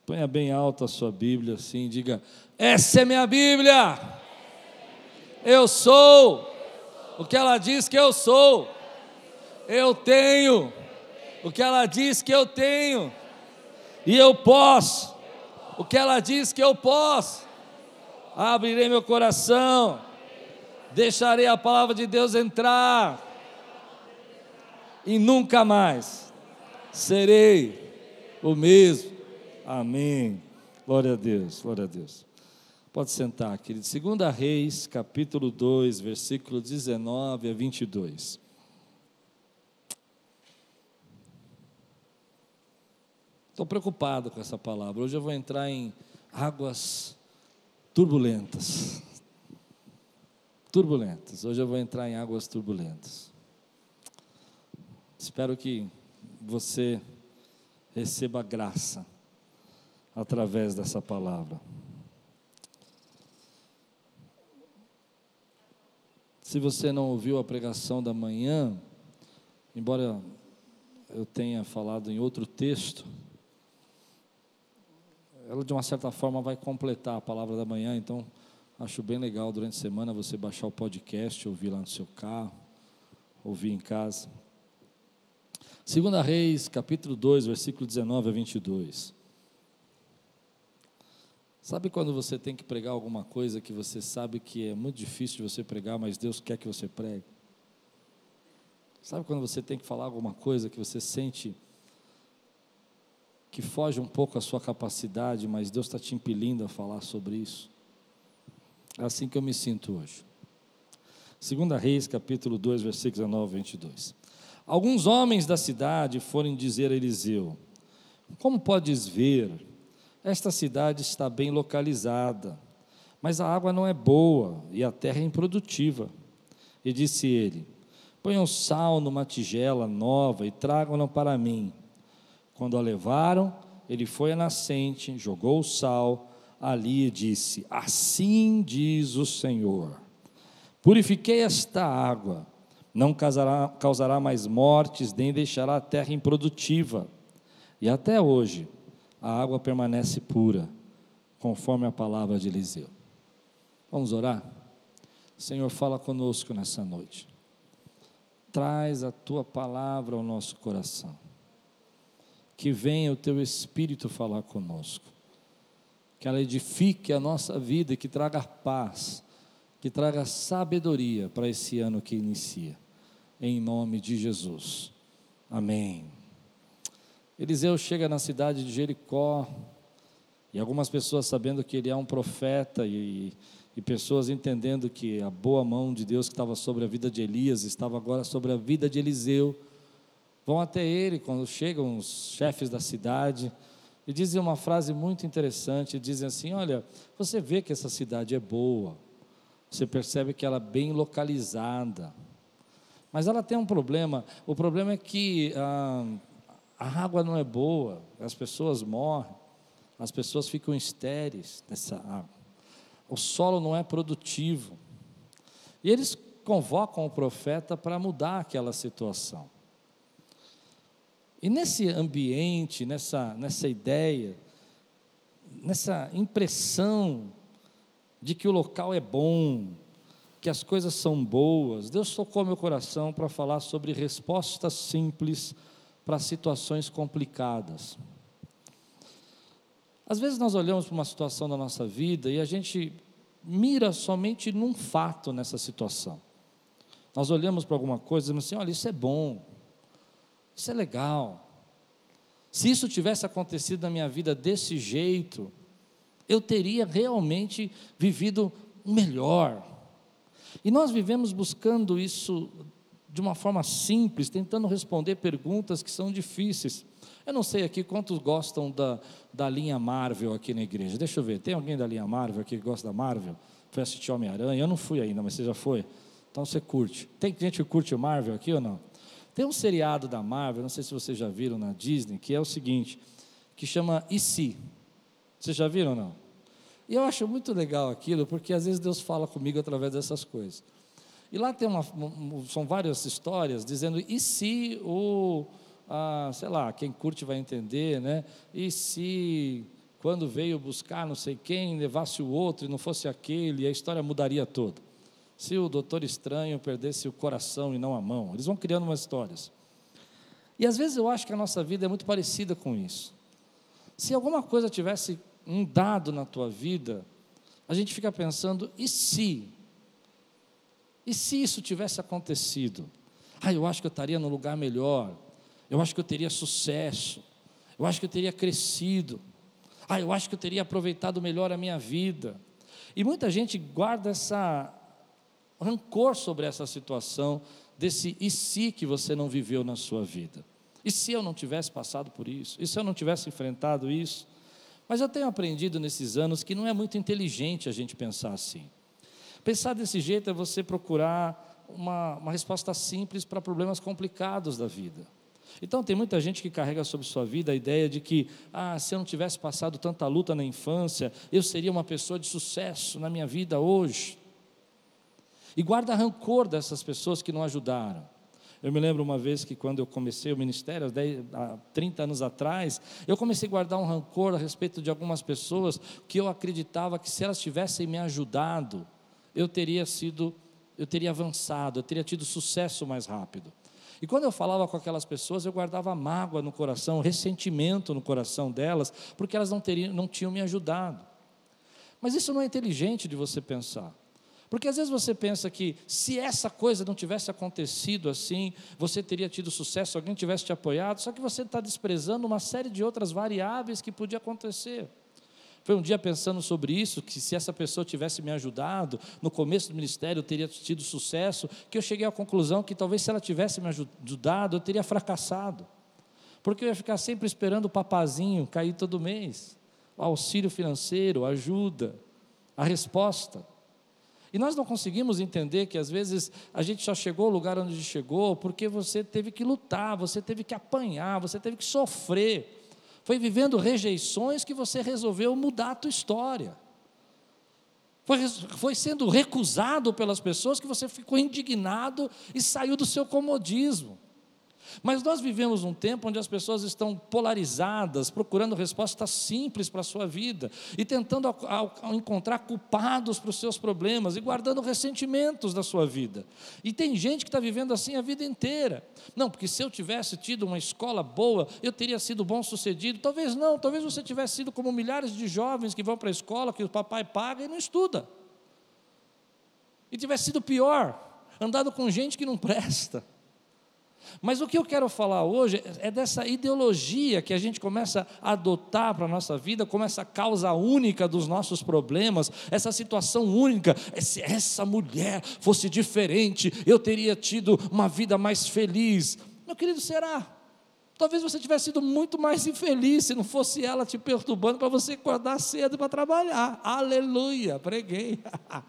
Ponha bem alto a sua Bíblia assim, diga: essa é minha Bíblia. Eu sou o que ela diz que eu sou. Eu tenho o que ela diz que eu tenho. E eu posso o que ela diz que eu posso. Abrirei meu coração, deixarei a palavra de Deus entrar, e nunca mais serei o mesmo. Amém. Glória a Deus, glória a Deus. Pode sentar, querido. 2 Reis, capítulo 2, versículo 19 a 22. Estou preocupado com essa palavra. Hoje eu vou entrar em águas turbulentas. Hoje eu vou entrar em águas turbulentas. Espero que você receba graça através dessa palavra. Se você não ouviu a pregação da manhã, embora eu tenha falado em outro texto, ela de uma certa forma vai completar a palavra da manhã, então acho bem legal durante a semana você baixar o podcast, ouvir lá no seu carro, ouvir em casa. 2 Reis, capítulo 2, versículo 19 a 22. Sabe quando você tem que pregar alguma coisa que você sabe que é muito difícil de você pregar, mas Deus quer que você pregue? Sabe quando você tem que falar alguma coisa que você sente que foge um pouco a sua capacidade, mas Deus está te impelindo a falar sobre isso? É assim que eu me sinto hoje. 2 Reis, capítulo 2, versículos 19 a 22. Alguns homens da cidade foram dizer a Eliseu: como podes ver, esta cidade está bem localizada, mas a água não é boa e a terra é improdutiva. E disse ele: ponham sal numa tigela nova e tragam-na para mim. Quando a levaram, ele foi à nascente, jogou o sal ali e disse: assim diz o Senhor, purifiquei esta água, não causará mais mortes, nem deixará a terra improdutiva. E até hoje a água permanece pura, conforme a palavra de Eliseu. Vamos orar? Senhor, fala conosco nessa noite. Traz a tua palavra ao nosso coração. Que venha o teu Espírito falar conosco. Que ela edifique a nossa vida e que traga paz, que traga sabedoria para esse ano que inicia. Em nome de Jesus. Amém. Eliseu chega na cidade de Jericó, e algumas pessoas, sabendo que ele é um profeta, e pessoas entendendo que a boa mão de Deus que estava sobre a vida de Elias, estava agora sobre a vida de Eliseu, vão até ele. Quando chegam os chefes da cidade, e dizem uma frase muito interessante, dizem assim: olha, você vê que essa cidade é boa, você percebe que ela é bem localizada, mas ela tem um problema. O problema é que a água não é boa, as pessoas morrem, as pessoas ficam estéreis nessa água, o solo não é produtivo. E eles convocam o profeta para mudar aquela situação. E nesse ambiente, nessa ideia, nessa impressão de que o local é bom, que as coisas são boas, Deus tocou meu coração para falar sobre respostas simples para situações complicadas. Às vezes nós olhamos para uma situação da nossa vida e a gente mira somente num fato nessa situação. Nós olhamos para alguma coisa e dizemos assim: olha, isso é bom, isso é legal. Se isso tivesse acontecido na minha vida desse jeito, eu teria realmente vivido melhor. E nós vivemos buscando isso de uma forma simples, tentando responder perguntas que são difíceis. Eu não sei aqui quantos gostam da linha Marvel aqui na igreja. Deixa eu ver, tem alguém da linha Marvel aqui que gosta da Marvel? Foi assistir Homem-Aranha? Eu não fui ainda, mas você já foi? Então você curte. Tem gente que curte o Marvel aqui ou não? Tem um seriado da Marvel, não sei se vocês já viram na Disney, que é o seguinte, que chama E Se? Vocês já viram ou não? E eu acho muito legal aquilo, porque às vezes Deus fala comigo através dessas coisas. E lá tem são várias histórias dizendo: e se sei lá, quem curte vai entender, né? E se quando veio buscar não sei quem, levasse o outro e não fosse aquele, a história mudaria toda. Se o Doutor Estranho perdesse o coração e não a mão. Eles vão criando umas histórias. E às vezes eu acho que a nossa vida é muito parecida com isso. Se alguma coisa tivesse um dado na tua vida, a gente fica pensando, e se? E se isso tivesse acontecido? Eu acho que eu estaria num lugar melhor, eu acho que eu teria sucesso, eu acho que eu teria crescido, eu acho que eu teria aproveitado melhor a minha vida. E muita gente guarda essa rancor sobre essa situação, desse e se que você não viveu na sua vida. E se eu não tivesse passado por isso? E se eu não tivesse enfrentado isso? Mas eu tenho aprendido nesses anos que não é muito inteligente a gente pensar assim. Pensar desse jeito é você procurar uma resposta simples para problemas complicados da vida. Então tem muita gente que carrega sobre sua vida a ideia de que se eu não tivesse passado tanta luta na infância, eu seria uma pessoa de sucesso na minha vida hoje. E guarda rancor dessas pessoas que não ajudaram. Eu me lembro uma vez que quando eu comecei o ministério, há 30 anos atrás, eu comecei a guardar um rancor a respeito de algumas pessoas que eu acreditava que se elas tivessem me ajudado, eu teria avançado, eu teria tido sucesso mais rápido. E quando eu falava com aquelas pessoas, eu guardava mágoa no coração, ressentimento no coração delas, porque elas não tinham me ajudado. Mas isso não é inteligente de você pensar. Porque às vezes você pensa que se essa coisa não tivesse acontecido assim, você teria tido sucesso, alguém tivesse te apoiado, só que você está desprezando uma série de outras variáveis que podia acontecer. Foi um dia pensando sobre isso, que se essa pessoa tivesse me ajudado, no começo do ministério eu teria tido sucesso, que eu cheguei à conclusão que talvez se ela tivesse me ajudado, eu teria fracassado. Porque eu ia ficar sempre esperando o papazinho cair todo mês, o auxílio financeiro, a ajuda, a resposta. E nós não conseguimos entender que às vezes a gente só chegou ao lugar onde chegou porque você teve que lutar, você teve que apanhar, você teve que sofrer. Foi vivendo rejeições que você resolveu mudar a tua história. Foi sendo recusado pelas pessoas que você ficou indignado e saiu do seu comodismo. Mas nós vivemos um tempo onde as pessoas estão polarizadas, procurando respostas simples para a sua vida e tentando encontrar culpados para os seus problemas e guardando ressentimentos da sua vida. E tem gente que está vivendo assim a vida inteira. Não, porque se eu tivesse tido uma escola boa, eu teria sido bom-sucedido. Talvez não, talvez você tivesse sido como milhares de jovens que vão para a escola, que o papai paga e não estuda. E tivesse sido pior, andado com gente que não presta. Mas o que eu quero falar hoje é dessa ideologia que a gente começa a adotar para a nossa vida, como essa causa única dos nossos problemas, essa situação única. Se essa mulher fosse diferente, eu teria tido uma vida mais feliz. Meu querido, será? Talvez você tivesse sido muito mais infeliz se não fosse ela te perturbando para você acordar cedo para trabalhar. Aleluia, preguei.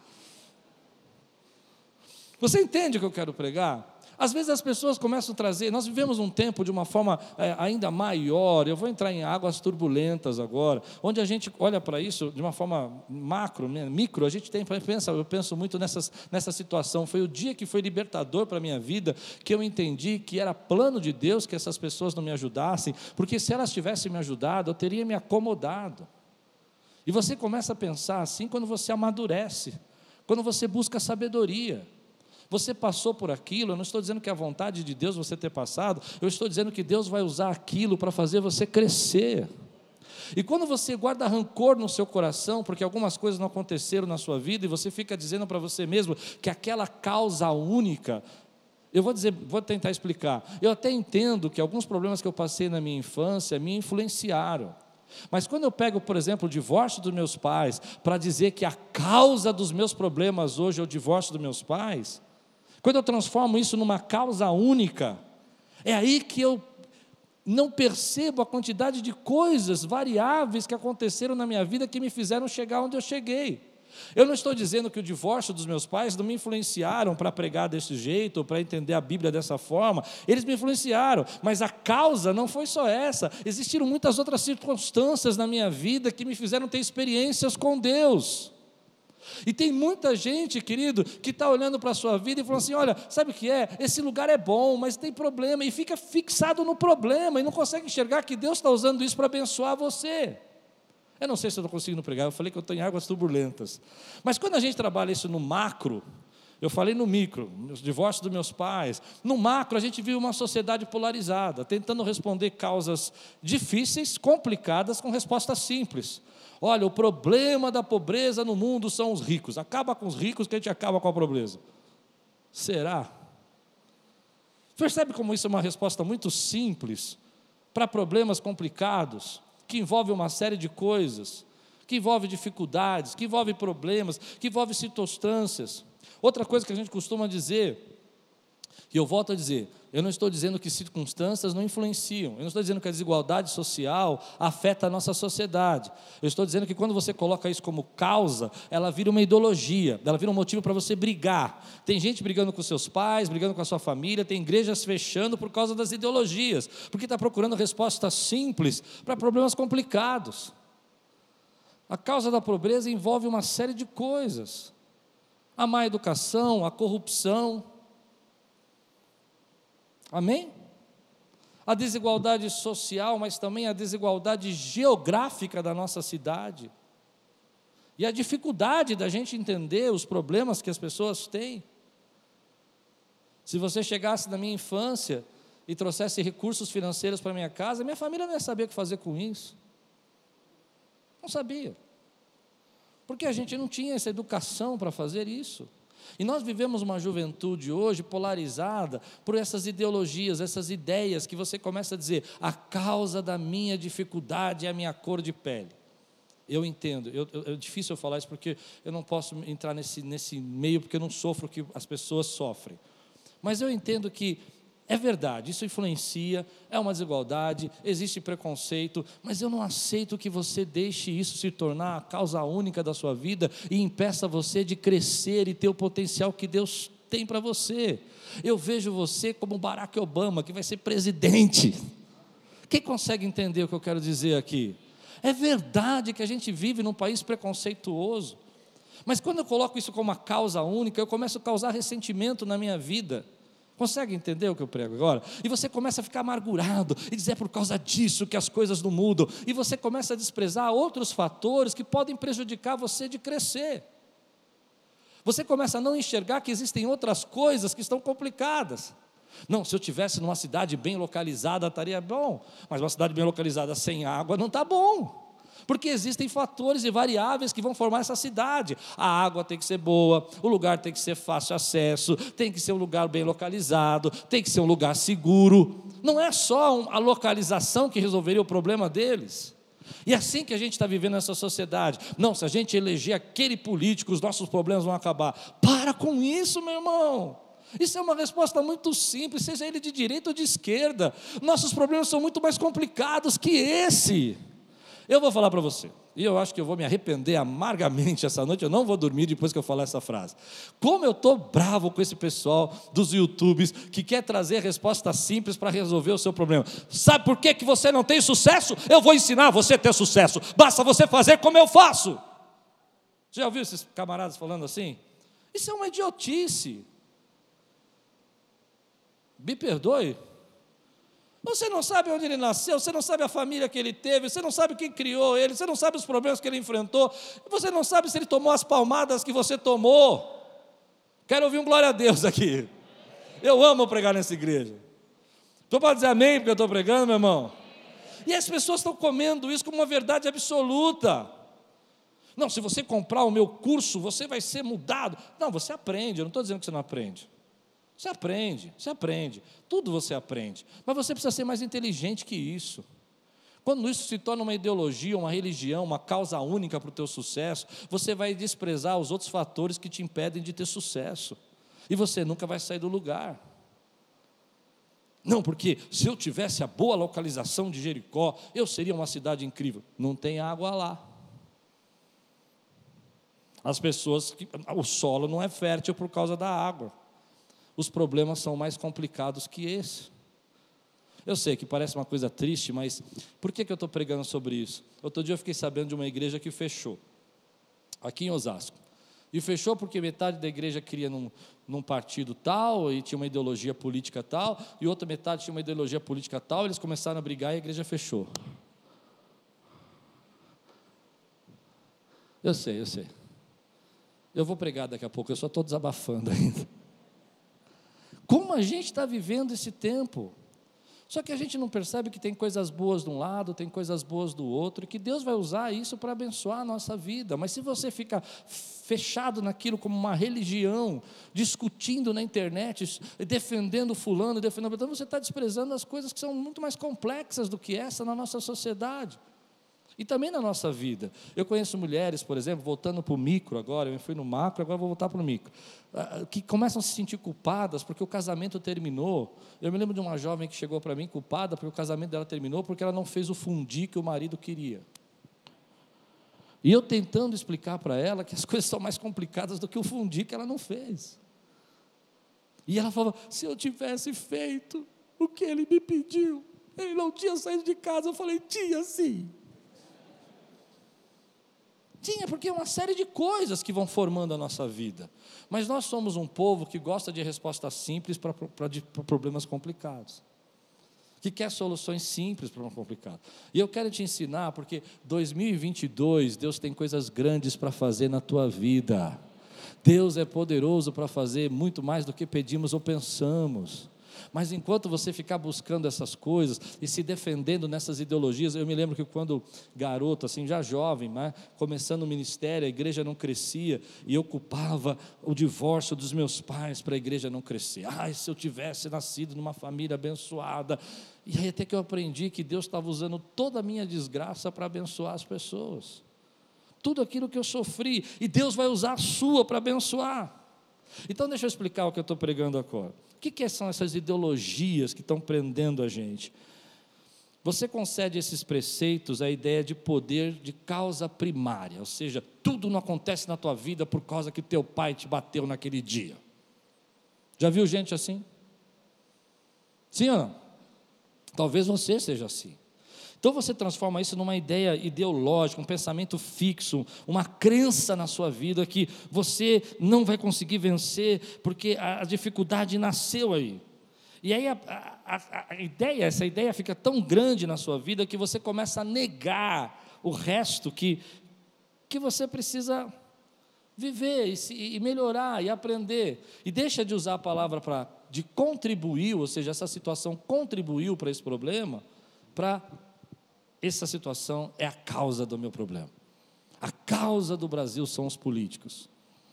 Você entende o que eu quero pregar? Às vezes as pessoas começam a trazer, nós vivemos um tempo de uma forma ainda maior, eu vou entrar em águas turbulentas agora, onde a gente olha para isso de uma forma micro, a gente eu penso muito nessa situação. Foi o dia que foi libertador para a minha vida, que eu entendi que era plano de Deus que essas pessoas não me ajudassem, porque se elas tivessem me ajudado, eu teria me acomodado. E você começa a pensar assim quando você amadurece, quando você busca sabedoria. Você passou por aquilo, eu não estou dizendo que é a vontade de Deus você ter passado, eu estou dizendo que Deus vai usar aquilo para fazer você crescer. E quando você guarda rancor no seu coração, porque algumas coisas não aconteceram na sua vida, e você fica dizendo para você mesmo que aquela causa única, vou tentar explicar. Eu até entendo que alguns problemas que eu passei na minha infância me influenciaram. Mas quando eu pego, por exemplo, o divórcio dos meus pais, para dizer que a causa dos meus problemas hoje é o divórcio dos meus pais, quando eu transformo isso numa causa única, é aí que eu não percebo a quantidade de coisas variáveis que aconteceram na minha vida que me fizeram chegar onde eu cheguei. Eu não estou dizendo que o divórcio dos meus pais não me influenciaram para pregar desse jeito, ou para entender a Bíblia dessa forma. Eles me influenciaram, mas a causa não foi só essa. Existiram muitas outras circunstâncias na minha vida que me fizeram ter experiências com Deus. E tem muita gente, querido, que está olhando para a sua vida e falando assim, olha, sabe o que é? Esse lugar é bom, mas tem problema, e fica fixado no problema, e não consegue enxergar que Deus está usando isso para abençoar você. Eu não sei se eu estou conseguindo pregar, eu falei que eu estou em águas turbulentas. Mas quando a gente trabalha isso no macro, eu falei no micro, os divórcios dos meus pais, no macro a gente vive uma sociedade polarizada, tentando responder causas difíceis, complicadas, com respostas simples. Olha, o problema da pobreza no mundo são os ricos, acaba com os ricos que a gente acaba com a pobreza. Será? Percebe como isso é uma resposta muito simples para problemas complicados, que envolve uma série de coisas, que envolve dificuldades, que envolve problemas, que envolve circunstâncias. Outra coisa que a gente costuma dizer, e eu volto a dizer, eu não estou dizendo que circunstâncias não influenciam, eu não estou dizendo que a desigualdade social afeta a nossa sociedade, eu estou dizendo que quando você coloca isso como causa, ela vira uma ideologia, ela vira um motivo para você brigar. Tem gente brigando com seus pais, brigando com a sua família, tem igrejas fechando por causa das ideologias, porque está procurando respostas simples para problemas complicados. A causa da pobreza envolve uma série de coisas, a má educação, a corrupção, amém? A desigualdade social, mas também a desigualdade geográfica da nossa cidade, e a dificuldade da gente entender os problemas que as pessoas têm. Se você chegasse na minha infância e trouxesse recursos financeiros para minha casa, minha família não ia saber o que fazer com isso, não sabia, porque a gente não tinha essa educação para fazer isso. E nós vivemos uma juventude hoje polarizada por essas ideologias, essas ideias que você começa a dizer, a causa da minha dificuldade é a minha cor de pele. Eu entendo, é difícil eu falar isso porque eu não posso entrar nesse meio, porque eu não sofro o que as pessoas sofrem. Mas eu entendo que é verdade, isso influencia, é uma desigualdade, existe preconceito, mas eu não aceito que você deixe isso se tornar a causa única da sua vida e impeça você de crescer e ter o potencial que Deus tem para você. Eu vejo você como Barack Obama, que vai ser presidente. Quem consegue entender o que eu quero dizer aqui? É verdade que a gente vive num país preconceituoso, mas quando eu coloco isso como uma causa única, eu começo a causar ressentimento na minha vida. Consegue entender o que eu prego agora? E você começa a ficar amargurado e dizer, é por causa disso que as coisas não mudam, e você começa a desprezar outros fatores que podem prejudicar você de crescer. Você começa a não enxergar que existem outras coisas que estão complicadas. Não, se eu estivesse numa cidade bem localizada estaria bom, mas uma cidade bem localizada sem água não está bom, porque existem fatores e variáveis que vão formar essa cidade. A água tem que ser boa, o lugar tem que ser fácil acesso, tem que ser um lugar bem localizado, tem que ser um lugar seguro. Não é só a localização que resolveria o problema deles. E é assim que a gente está vivendo nessa sociedade. Não, se a gente eleger aquele político, os nossos problemas vão acabar. Para com isso, meu irmão. Isso é uma resposta muito simples, seja ele de direita ou de esquerda. Nossos problemas são muito mais complicados que esse. Eu vou falar para você, e eu acho que eu vou me arrepender amargamente essa noite, eu não vou dormir depois que eu falar essa frase. Como eu estou bravo com esse pessoal dos YouTubes, que quer trazer respostas simples para resolver o seu problema. Sabe por que você não tem sucesso? Eu vou ensinar você a ter sucesso, basta você fazer como eu faço. Já ouviu esses camaradas falando assim? Isso é uma idiotice. Me perdoe. Você não sabe onde ele nasceu, você não sabe a família que ele teve, você não sabe quem criou ele, você não sabe os problemas que ele enfrentou, você não sabe se ele tomou as palmadas que você tomou. Quero ouvir um glória a Deus aqui. Eu amo pregar nessa igreja. Estou para dizer amém porque eu estou pregando, meu irmão? E as pessoas estão comendo isso como uma verdade absoluta. Não, se você comprar o meu curso, você vai ser mudado. Não, você aprende, eu não estou dizendo que você não aprende. Você aprende, tudo você aprende, mas você precisa ser mais inteligente que isso. Quando isso se torna uma ideologia, uma religião, uma causa única para o teu sucesso, você vai desprezar os outros fatores que te impedem de ter sucesso, e você nunca vai sair do lugar. Não, porque se eu tivesse a boa localização de Jericó, eu seria uma cidade incrível. Não tem água lá. O solo não é fértil por causa da água. Os problemas são mais complicados que esse. Eu sei que parece uma coisa triste, mas por que eu estou pregando sobre isso? Outro dia eu fiquei sabendo de uma igreja que fechou, aqui em Osasco. E fechou porque metade da igreja queria num partido tal, e tinha uma ideologia política tal, e outra metade tinha uma ideologia política tal, eles começaram a brigar e a igreja fechou. Eu sei. Eu vou pregar daqui a pouco, eu só estou desabafando ainda. Como a gente está vivendo esse tempo? Só que a gente não percebe que tem coisas boas de um lado, tem coisas boas do outro, e que Deus vai usar isso para abençoar a nossa vida. Mas se você fica fechado naquilo como uma religião, discutindo na internet, defendendo fulano, defendendo, então você está desprezando as coisas que são muito mais complexas do que essa na nossa sociedade. E também na nossa vida. Eu conheço mulheres, por exemplo, voltando para o micro agora, eu fui no macro, agora vou voltar para o micro, que começam a se sentir culpadas porque o casamento terminou. Eu me lembro de uma jovem que chegou para mim culpada porque o casamento dela terminou porque ela não fez o fundi que o marido queria. E eu tentando explicar para ela que as coisas são mais complicadas do que o fundi que ela não fez. E ela falava, se eu tivesse feito o que ele me pediu, ele não tinha saído de casa. Eu falei, tinha sim. Tinha, porque é uma série de coisas que vão formando a nossa vida. Mas nós somos um povo que gosta de respostas simples para problemas complicados. Que quer soluções simples para um complicado. E eu quero te ensinar, porque 2022, Deus tem coisas grandes para fazer na tua vida. Deus é poderoso para fazer muito mais do que pedimos ou pensamos. Mas enquanto você ficar buscando essas coisas e se defendendo nessas ideologias, eu me lembro que quando garoto, assim, já jovem, né, começando o ministério, a igreja não crescia, e eu culpava o divórcio dos meus pais para a igreja não crescer. Se eu tivesse nascido numa família abençoada. E aí até que eu aprendi que Deus estava usando toda a minha desgraça para abençoar as pessoas. Tudo aquilo que eu sofri, e Deus vai usar a sua para abençoar. Então deixa eu explicar o que eu estou pregando agora. O que são essas ideologias que estão prendendo a gente? Você concede esses preceitos a ideia de poder de causa primária, ou seja, tudo não acontece na tua vida por causa que teu pai te bateu naquele dia. Já viu gente assim? Sim ou não? Talvez você seja assim. Então você transforma isso numa ideia ideológica, um pensamento fixo, uma crença na sua vida que você não vai conseguir vencer porque a dificuldade nasceu aí. E aí essa ideia fica tão grande na sua vida que você começa a negar o resto que você precisa viver e melhorar e aprender. E deixa de usar a palavra de contribuir, ou seja, essa situação contribuiu para esse problema, essa situação é a causa do meu problema. A causa do Brasil são os políticos.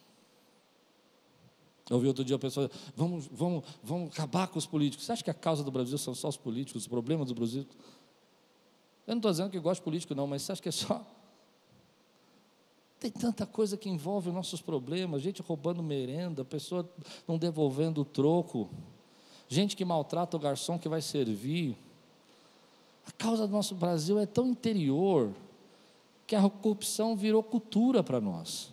Eu ouvi outro dia a pessoa, vamos acabar com os políticos. Você acha que a causa do Brasil são só os políticos, os problemas do Brasil? Eu não estou dizendo que eu gosto de político não, mas você acha que é só? Tem tanta coisa que envolve os nossos problemas, gente roubando merenda, pessoa não devolvendo o troco, gente que maltrata o garçom que vai servir. A causa do nosso Brasil é tão interior que a corrupção virou cultura para nós.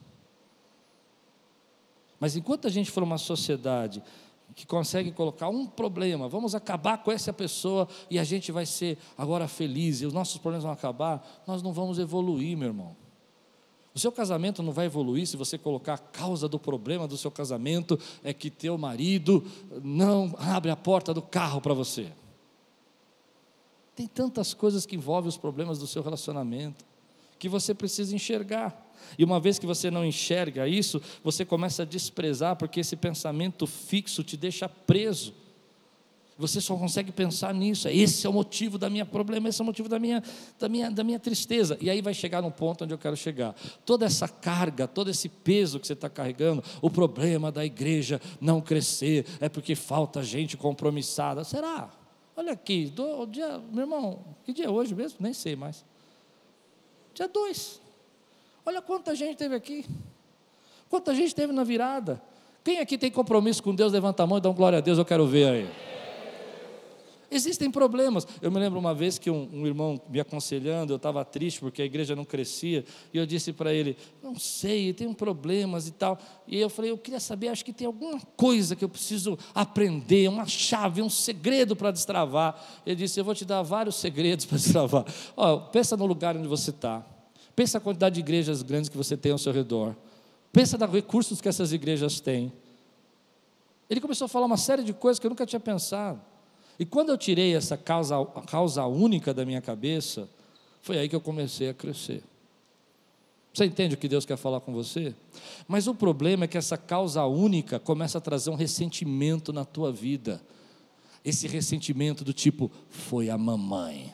Mas enquanto a gente for uma sociedade que consegue colocar um problema, vamos acabar com essa pessoa e a gente vai ser agora feliz e os nossos problemas vão acabar, nós não vamos evoluir, meu irmão. O seu casamento não vai evoluir se você colocar a causa do problema do seu casamento é que teu marido não abre a porta do carro para você. Tem tantas coisas que envolvem os problemas do seu relacionamento que você precisa enxergar. E uma vez que você não enxerga isso, você começa a desprezar, porque esse pensamento fixo te deixa preso. Você só consegue pensar nisso. Esse é o motivo da minha problema, esse é o motivo da minha tristeza. E aí vai chegar no ponto onde eu quero chegar. Toda essa carga, todo esse peso que você está carregando, o problema da igreja não crescer é porque falta gente compromissada. Será? Olha aqui, meu irmão, que dia é hoje mesmo? Nem sei mais. Dia 2. Olha quanta gente teve aqui. Quanta gente teve na virada. Quem aqui tem compromisso com Deus, levanta a mão e dá um glória a Deus, eu quero ver aí. Existem problemas. Eu me lembro uma vez que um irmão me aconselhando, eu estava triste porque a igreja não crescia, e eu disse para ele, não sei, eu tenho problemas e tal, e eu falei, eu queria saber, acho que tem alguma coisa que eu preciso aprender, uma chave, um segredo para destravar. Ele disse, eu vou te dar vários segredos para destravar. Pensa no lugar onde você está, pensa a quantidade de igrejas grandes que você tem ao seu redor, pensa nos recursos que essas igrejas têm. Ele começou a falar uma série de coisas que eu nunca tinha pensado. E quando eu tirei essa causa única da minha cabeça, foi aí que eu comecei a crescer. Você entende o que Deus quer falar com você? Mas o problema é que essa causa única começa a trazer um ressentimento na tua vida. Esse ressentimento do tipo, foi a mamãe.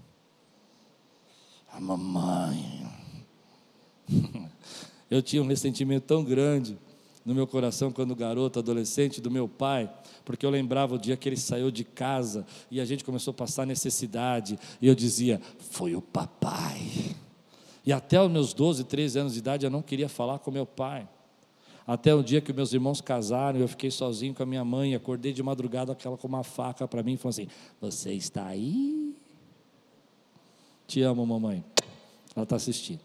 A mamãe. Eu tinha um ressentimento tão grande no meu coração quando garoto, adolescente, do meu pai, porque eu lembrava o dia que ele saiu de casa e a gente começou a passar necessidade, e eu dizia, foi o papai. E até os meus 12, 13 anos de idade eu não queria falar com meu pai. Até o dia que meus irmãos casaram, eu fiquei sozinho com a minha mãe, acordei de madrugada, aquela com uma faca para mim, e falou assim, você está aí? Te amo, mamãe. Ela está assistindo.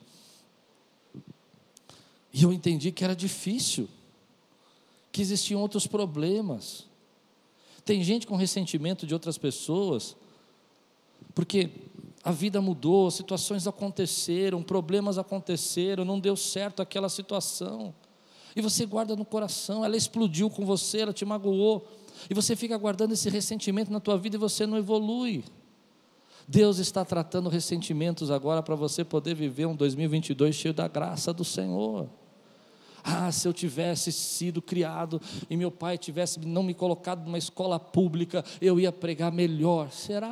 E eu entendi que era difícil, que existiam outros problemas. Tem gente com ressentimento de outras pessoas, porque a vida mudou, situações aconteceram, problemas aconteceram, não deu certo aquela situação, e você guarda no coração, ela explodiu com você, ela te magoou, e você fica guardando esse ressentimento na tua vida e você não evolui. Deus está tratando ressentimentos agora para você poder viver um 2022 cheio da graça do Senhor. Ah, se eu tivesse sido criado e meu pai tivesse não me colocado numa escola pública, eu ia pregar melhor. Será?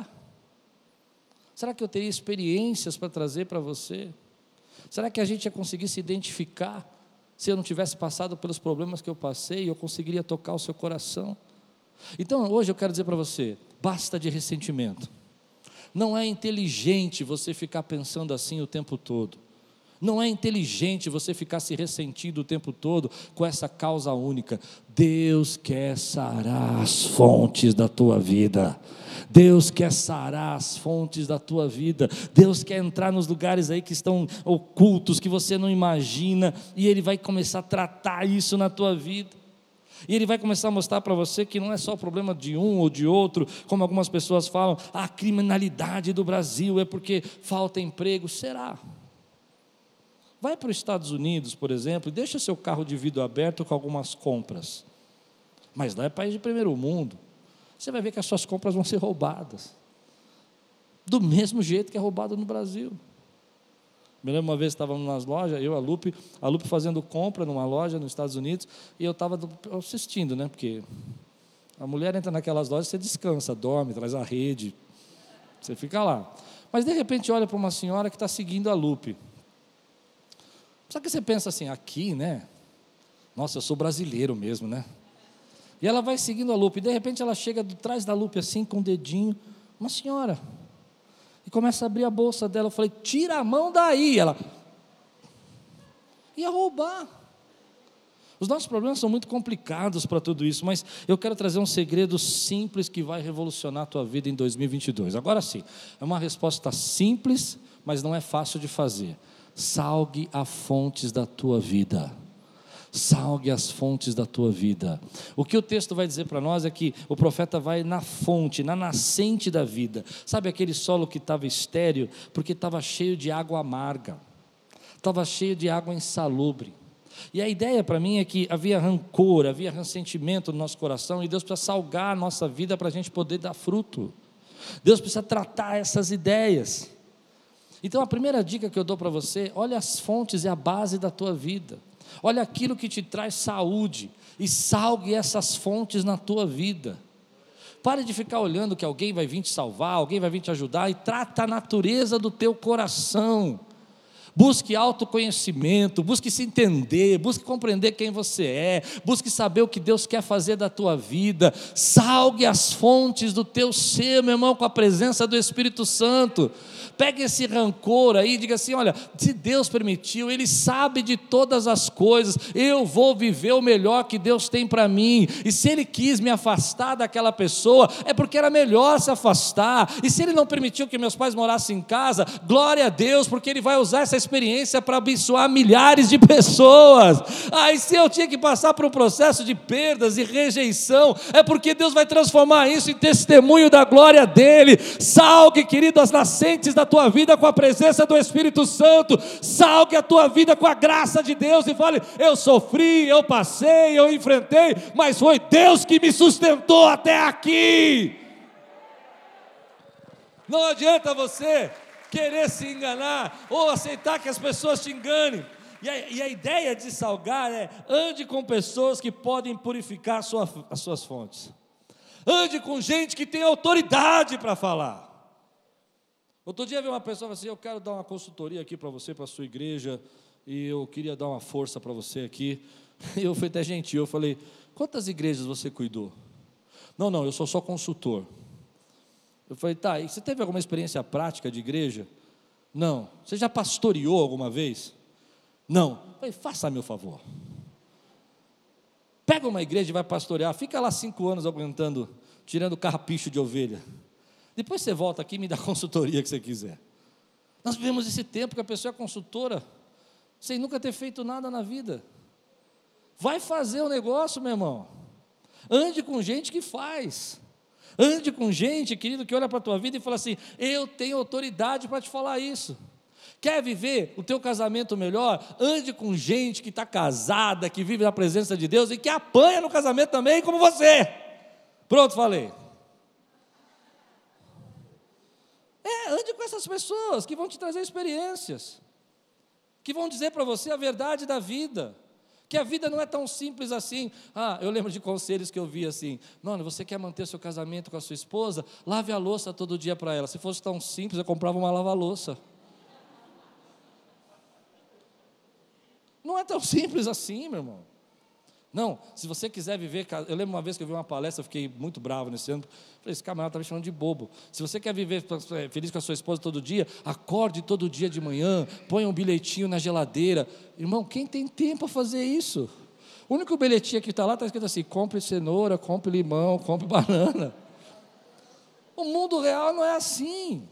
Será que eu teria experiências para trazer para você? Será que a gente ia conseguir se identificar se eu não tivesse passado pelos problemas que eu passei e eu conseguiria tocar o seu coração? Então hoje eu quero dizer para você, basta de ressentimento. Não é inteligente você ficar pensando assim o tempo todo. Não é inteligente você ficar se ressentindo o tempo todo com essa causa única. Deus quer sarar as fontes da tua vida. Deus quer sarar as fontes da tua vida. Deus quer entrar nos lugares aí que estão ocultos, que você não imagina, e Ele vai começar a tratar isso na tua vida. E Ele vai começar a mostrar para você que não é só o problema de um ou de outro, como algumas pessoas falam, a criminalidade do Brasil é porque falta emprego. Será? Vai para os Estados Unidos, por exemplo, e deixa seu carro de vidro aberto com algumas compras. Mas lá é país de primeiro mundo. Você vai ver que as suas compras vão ser roubadas. Do mesmo jeito que é roubado no Brasil. Me lembro uma vez estávamos nas lojas, eu, a Lupe fazendo compra numa loja nos Estados Unidos, e eu estava assistindo, né? Porque a mulher entra naquelas lojas, você descansa, dorme, traz a rede, você fica lá. Mas de repente olha para uma senhora que está seguindo a Lupe. Só que você pensa assim, aqui, né? Nossa, eu sou brasileiro mesmo, né? E ela vai seguindo a Lupe, e de repente ela chega de trás da Lupe assim, com o dedinho, uma senhora, e começa a abrir a bolsa dela. Eu falei, tira a mão daí. Ela ia roubar. Os nossos problemas são muito complicados para tudo isso, mas eu quero trazer um segredo simples que vai revolucionar a tua vida em 2022. Agora sim, é uma resposta simples, mas não é fácil de fazer. Salgue as fontes da tua vida. Salgue as fontes da tua vida. O que o texto vai dizer para nós é que o profeta vai na fonte, na nascente da vida. Sabe aquele solo que estava estéril? Porque estava cheio de água amarga, estava cheio de água insalubre. E a ideia para mim é que havia rancor, havia ressentimento no nosso coração, e Deus precisa salgar a nossa vida para a gente poder dar fruto. Deus precisa tratar essas ideias. Então a primeira dica que eu dou para você, olha as fontes e a base da tua vida. Olha aquilo que te traz saúde e salgue essas fontes na tua vida. Pare de ficar olhando que alguém vai vir te salvar, alguém vai vir te ajudar, e trata a natureza do teu coração. Busque autoconhecimento, busque se entender, busque compreender quem você é, busque saber o que Deus quer fazer da tua vida. Salgue as fontes do teu ser, meu irmão, com a presença do Espírito Santo. Pegue esse rancor aí e diga assim, olha, se Deus permitiu, Ele sabe de todas as coisas, eu vou viver o melhor que Deus tem para mim, e se Ele quis me afastar daquela pessoa, é porque era melhor se afastar, e se Ele não permitiu que meus pais morassem em casa, glória a Deus, porque Ele vai usar essa experiência para abençoar milhares de pessoas. E se eu tinha que passar por um processo de perdas e rejeição, é porque Deus vai transformar isso em testemunho da glória dEle. Salgue, querido, as nascentes da tua vida com a presença do Espírito Santo. Salgue a tua vida com a graça de Deus e fale, eu sofri, eu passei, eu enfrentei, mas foi Deus que me sustentou até aqui. Não adianta você querer se enganar, ou aceitar que as pessoas te enganem. E a ideia de salgar é: ande com pessoas que podem purificar as suas fontes. Ande com gente que tem autoridade para falar. Outro dia veio uma pessoa e falou assim: eu quero dar uma consultoria aqui para você, para a sua igreja, e eu queria dar uma força para você aqui. E eu fui até gentil, eu falei: quantas igrejas você cuidou? Não, eu sou só consultor. Eu falei: tá, e você teve alguma experiência prática de igreja? Não. Você já pastoreou alguma vez? Não. Eu falei: faça-me o favor. Pega uma igreja e vai pastorear, fica lá 5 anos aguentando, tirando carrapicho de ovelha. Depois você volta aqui e me dá a consultoria que você quiser. Nós vivemos esse tempo que a pessoa é consultora, sem nunca ter feito nada na vida. Vai fazer o negócio, meu irmão. Ande com gente que faz. Ande com gente, querido, que olha para a tua vida e fala assim: eu tenho autoridade para te falar isso. Quer viver o teu casamento melhor? Ande com gente que está casada, que vive na presença de Deus e que apanha no casamento também, como você. Pronto, falei. Ande com essas pessoas que vão te trazer experiências, que vão dizer para você a verdade da vida, que a vida não é tão simples assim. Eu lembro de conselhos que eu vi assim: não, você quer manter seu casamento com a sua esposa? Lave a louça todo dia para ela. Se fosse tão simples, eu comprava uma lava-louça. Não é tão simples assim, meu irmão. Não, se você quiser viver... Eu lembro uma vez que eu vi uma palestra, eu fiquei muito bravo nesse ano. Falei: esse camarada está me chamando de bobo. Se você quer viver feliz com a sua esposa todo dia, acorde todo dia de manhã, ponha um bilhetinho na geladeira. Irmão, quem tem tempo para fazer isso? O único bilhetinho que está lá está escrito assim: compre cenoura, compre limão, compre banana. O mundo real não é assim.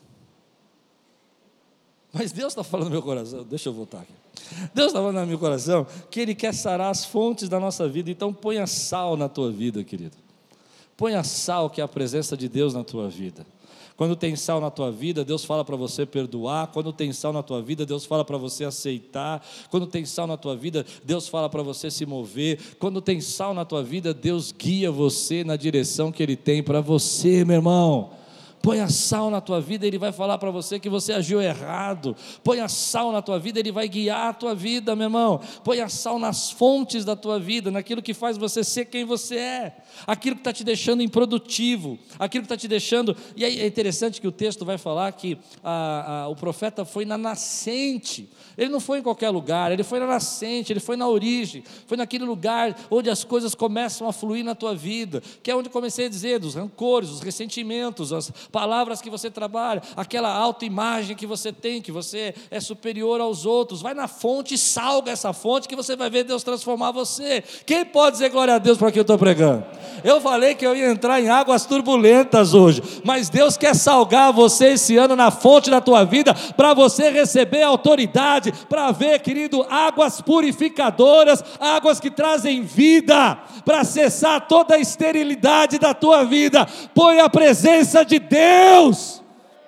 Mas Deus está falando no meu coração. Deixa eu voltar aqui. Deus está falando no meu coração que Ele quer sarar as fontes da nossa vida. Então ponha sal na tua vida, querido. Ponha sal, que é a presença de Deus na tua vida. Quando tem sal na tua vida, Deus fala para você perdoar. Quando tem sal na tua vida, Deus fala para você aceitar. Quando tem sal na tua vida, Deus fala para você se mover. Quando tem sal na tua vida, Deus guia você na direção que Ele tem para você, meu irmão. Põe sal na tua vida, Ele vai falar para você que você agiu errado. Põe sal na tua vida, Ele vai guiar a tua vida, meu irmão. Põe sal nas fontes da tua vida, naquilo que faz você ser quem você é, aquilo que está te deixando improdutivo, aquilo que está te deixando... E é interessante que o texto vai falar que o profeta foi na nascente. Ele não foi em qualquer lugar, ele foi na nascente, ele foi na origem, foi naquele lugar onde as coisas começam a fluir na tua vida, que é onde comecei a dizer, dos rancores, os ressentimentos, as palavras que você trabalha, aquela autoimagem que você tem, que você é superior aos outros. Vai na fonte, salga essa fonte, que você vai ver Deus transformar você. Quem pode dizer glória a Deus para quem eu estou pregando? Eu falei que eu ia entrar em águas turbulentas hoje, mas Deus quer salgar você esse ano na fonte da tua vida, para você receber autoridade, para ver, querido, águas purificadoras, águas que trazem vida, para cessar toda a esterilidade da tua vida. Põe a presença de Deus.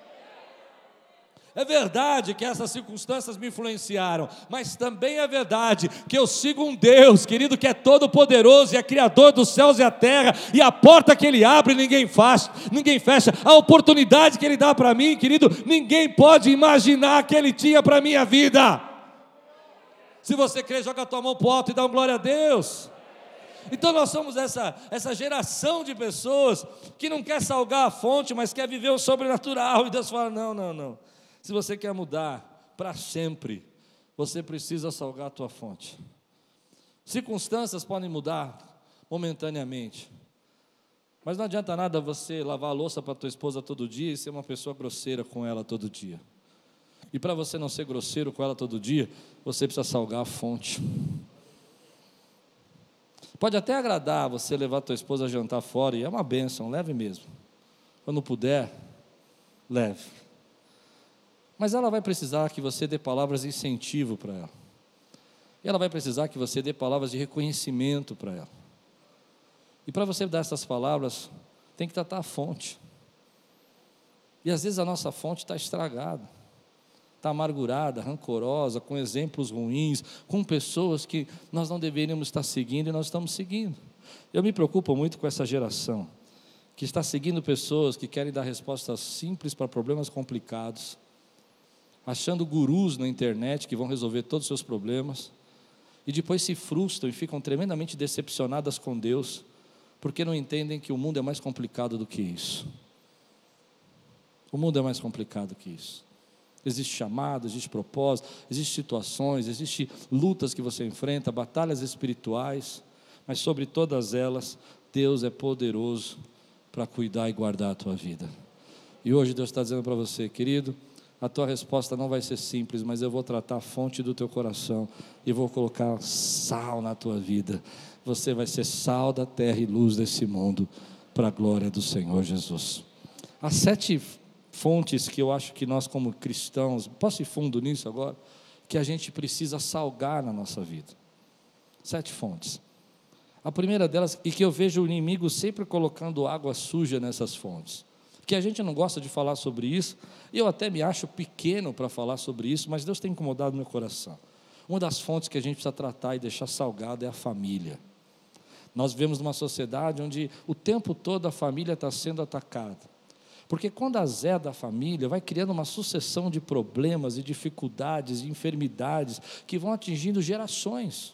É verdade que essas circunstâncias me influenciaram, mas também é verdade que eu sigo um Deus, querido, que é todo poderoso e é criador dos céus e a terra, e a porta que Ele abre ninguém fecha, a oportunidade que Ele dá para mim, querido, ninguém pode imaginar que Ele tinha para a minha vida. Se você crê, joga a tua mão para o alto e dá uma glória a Deus. Então nós somos essa geração de pessoas que não quer salgar a fonte, mas quer viver o sobrenatural, e Deus fala: não. Se você quer mudar para sempre, você precisa salgar a tua fonte. Circunstâncias podem mudar momentaneamente, mas não adianta nada você lavar a louça para tua esposa todo dia e ser uma pessoa grosseira com ela todo dia. E para você não ser grosseiro com ela todo dia, você precisa salgar a fonte. Pode até agradar você levar tua esposa a jantar fora, e é uma bênção, leve mesmo. Quando puder, leve. Mas ela vai precisar que você dê palavras de incentivo para ela. E ela vai precisar que você dê palavras de reconhecimento para ela. E para você dar essas palavras, tem que tratar a fonte. E às vezes a nossa fonte está estragada, está amargurada, rancorosa, com exemplos ruins, com pessoas que nós não deveríamos estar seguindo e nós estamos seguindo. Eu me preocupo muito com essa geração, que está seguindo pessoas que querem dar respostas simples para problemas complicados. achando gurus na internet que vão resolver todos os seus problemas, e depois se frustram e ficam tremendamente decepcionadas com Deus, porque não entendem que o mundo é mais complicado do que isso. O mundo é mais complicado que isso. Existe chamado, existe propósito, existem situações, existem lutas que você enfrenta, batalhas espirituais, mas sobre todas elas, Deus é poderoso para cuidar e guardar a tua vida. E hoje Deus está dizendo para você, querido, a tua resposta não vai ser simples, mas eu vou tratar a fonte do teu coração e vou colocar sal na tua vida. Você vai ser sal da terra e luz desse mundo, para a glória do Senhor Jesus. Há 7 fontes que eu acho que nós como cristãos, posso ir fundo nisso agora? Que a gente precisa salgar na nossa vida. 7 fontes. A primeira delas, e que eu vejo o inimigo sempre colocando água suja nessas fontes, que a gente não gosta de falar sobre isso, e eu até me acho pequeno para falar sobre isso, mas Deus tem incomodado meu coração. Uma das fontes que a gente precisa tratar e deixar salgada é a família. Nós vivemos numa sociedade onde o tempo todo a família está sendo atacada, porque quando azeda a família, vai criando uma sucessão de problemas e dificuldades e enfermidades que vão atingindo gerações.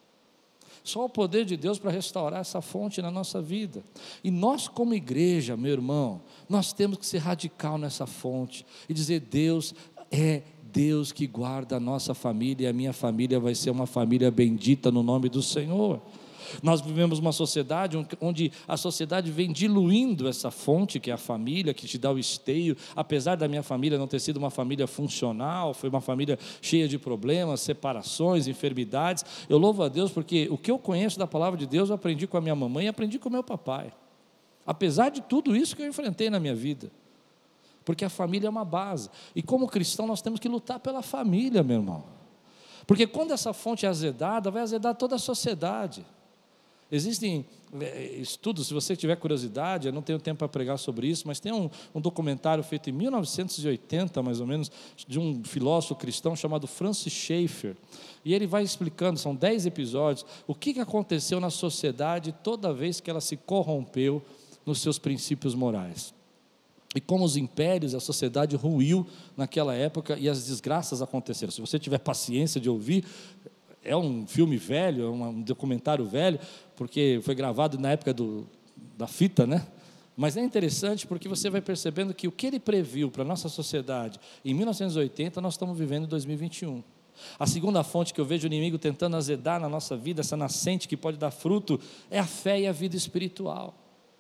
Só o poder de Deus para restaurar essa fonte na nossa vida. E nós como igreja, meu irmão, nós temos que ser radical nessa fonte e dizer, Deus é Deus que guarda a nossa família, e a minha família vai ser uma família bendita no nome do Senhor. Nós vivemos uma sociedade onde a sociedade vem diluindo essa fonte que é a família, que te dá o esteio. Apesar da minha família não ter sido uma família funcional, foi uma família cheia de problemas, separações, enfermidades, eu louvo a Deus porque o que eu conheço da palavra de Deus eu aprendi com a minha mamãe e aprendi com o meu papai, apesar de tudo isso que eu enfrentei na minha vida, porque a família é uma base, e como cristão nós temos que lutar pela família, meu irmão, porque quando essa fonte é azedada, vai azedar toda a sociedade. Existem estudos, se você tiver curiosidade, eu não tenho tempo para pregar sobre isso, mas tem um documentário feito em 1980, mais ou menos, de um filósofo cristão chamado Francis Schaeffer, e ele vai explicando, são 10 episódios, o que aconteceu na sociedade toda vez que ela se corrompeu nos seus princípios morais. E como os impérios, a sociedade ruiu naquela época e as desgraças aconteceram. Se você tiver paciência de ouvir, é um filme velho, é um documentário velho, porque foi gravado na época da fita, né? Mas é interessante porque você vai percebendo que o que ele previu para a nossa sociedade em 1980, nós estamos vivendo em 2021. A segunda fonte que eu vejo o inimigo tentando azedar na nossa vida, essa nascente que pode dar fruto, é a fé e a vida espiritual.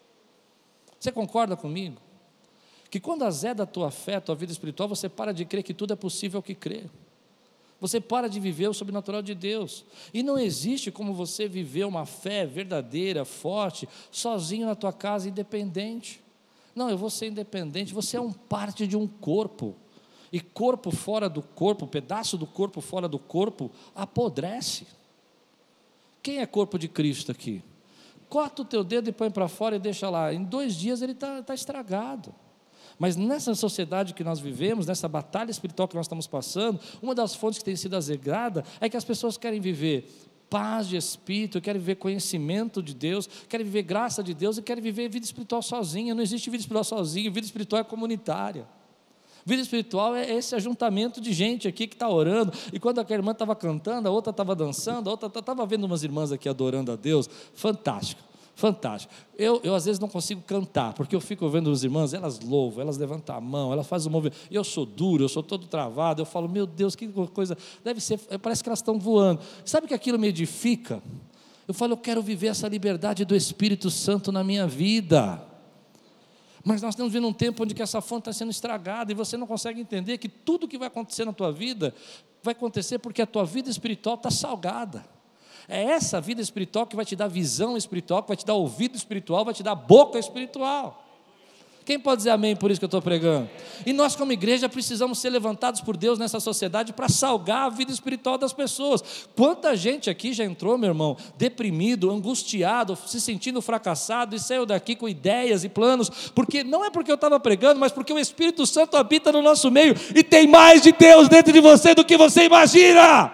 Você concorda comigo? Que quando azeda a tua fé, a tua vida espiritual, você para de crer que tudo é possível que crê. Você para de viver o sobrenatural de Deus. E não existe como você viver uma fé verdadeira, forte, sozinho na tua casa, independente. Não, eu vou ser independente. Você é parte de um corpo. E corpo fora do corpo, pedaço do corpo fora do corpo, apodrece. Quem é corpo de Cristo aqui? Corta o teu dedo e põe para fora e deixa lá. Em 2 dias ele está estragado. Mas nessa sociedade que nós vivemos, nessa batalha espiritual que nós estamos passando, uma das fontes que tem sido azedada é que as pessoas querem viver paz de espírito, querem viver conhecimento de Deus, querem viver graça de Deus e querem viver vida espiritual sozinha. Não existe vida espiritual sozinha, vida espiritual é comunitária. Vida espiritual é esse ajuntamento de gente aqui que está orando, e quando aquela irmã estava cantando, a outra estava dançando, a outra estava vendo umas irmãs aqui adorando a Deus, fantástico. Fantástico. Eu às vezes não consigo cantar, porque eu fico vendo as irmãs, elas louvam, elas levantam a mão, elas fazem o movimento, eu sou duro, eu sou todo travado, eu falo, meu Deus, que coisa, deve ser, parece que elas estão voando. Sabe que aquilo me edifica? Eu falo, eu quero viver essa liberdade do Espírito Santo na minha vida. Mas nós estamos vivendo um tempo onde que essa fonte está sendo estragada, e você não consegue entender que tudo que vai acontecer na tua vida, vai acontecer porque a tua vida espiritual está salgada. É essa vida espiritual que vai te dar visão espiritual, que vai te dar ouvido espiritual, vai te dar boca espiritual. Quem pode dizer amém por isso que eu estou pregando? E nós como igreja precisamos ser levantados por Deus nessa sociedade para salgar a vida espiritual das pessoas. Quanta gente aqui já entrou, meu irmão, deprimido, angustiado, se sentindo fracassado e saiu daqui com ideias e planos, porque não é porque eu estava pregando, mas porque o Espírito Santo habita no nosso meio e tem mais de Deus dentro de você do que você imagina.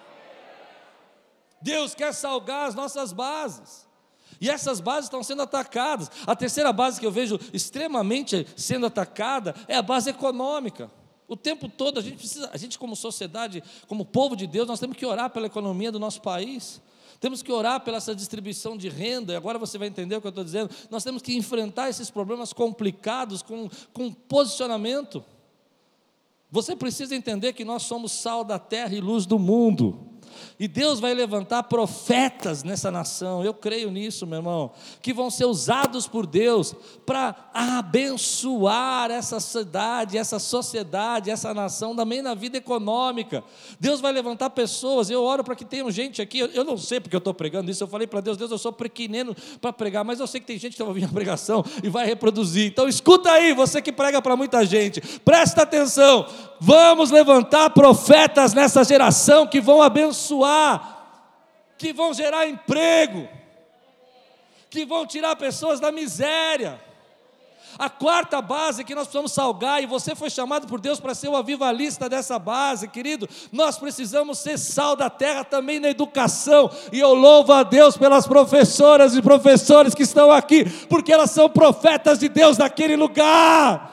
Deus quer salgar as nossas bases, e essas bases estão sendo atacadas. A terceira base que eu vejo extremamente sendo atacada é a base econômica. O tempo todo a gente como sociedade, como povo de Deus, nós temos que orar pela economia do nosso país. Temos que orar pela essa distribuição de renda, e agora você vai entender o que eu estou dizendo. Nós temos que enfrentar esses problemas complicados com posicionamento. Você precisa entender que nós somos sal da terra e luz do mundo. E Deus vai levantar profetas nessa nação, eu creio nisso, meu irmão, que vão ser usados por Deus para abençoar essa cidade, essa sociedade, essa nação, também na vida econômica. Deus vai levantar pessoas, eu oro para que tenham gente aqui, eu não sei porque eu estou pregando isso, eu falei para Deus, eu sou pequenino para pregar, mas eu sei que tem gente que vai ouvir a pregação e vai reproduzir, então escuta aí, você que prega para muita gente, presta atenção, vamos levantar profetas nessa geração que vão abençoar, que vão gerar emprego, que vão tirar pessoas da miséria. A quarta base que nós precisamos salgar, e você foi chamado por Deus para ser o avivalista dessa base, querido, nós precisamos ser sal da terra também na educação, e eu louvo a Deus pelas professoras e professores que estão aqui, porque elas são profetas de Deus naquele lugar.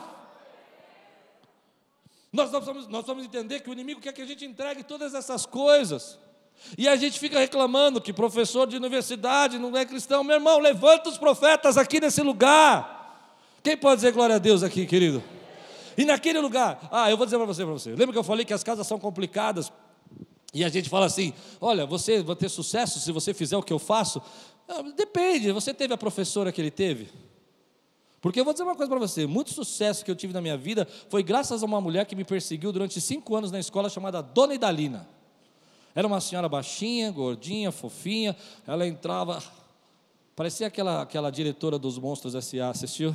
Nós vamos entender que o inimigo quer que a gente entregue todas essas coisas, e a gente fica reclamando que professor de universidade não é cristão. Meu irmão, levanta os profetas aqui nesse lugar. Quem pode dizer glória a Deus aqui, querido? E naquele lugar, eu vou dizer para você, lembra que eu falei que as casas são complicadas, e a gente fala assim, olha, você vai ter sucesso se você fizer o que eu faço? Depende, você teve a professora que ele teve? Porque eu vou dizer uma coisa para você, muito sucesso que eu tive na minha vida foi graças a uma mulher que me perseguiu durante 5 anos na escola, chamada Dona Idalina. Era uma senhora baixinha, gordinha, fofinha, ela entrava, parecia aquela diretora dos Monstros S.A., assistiu?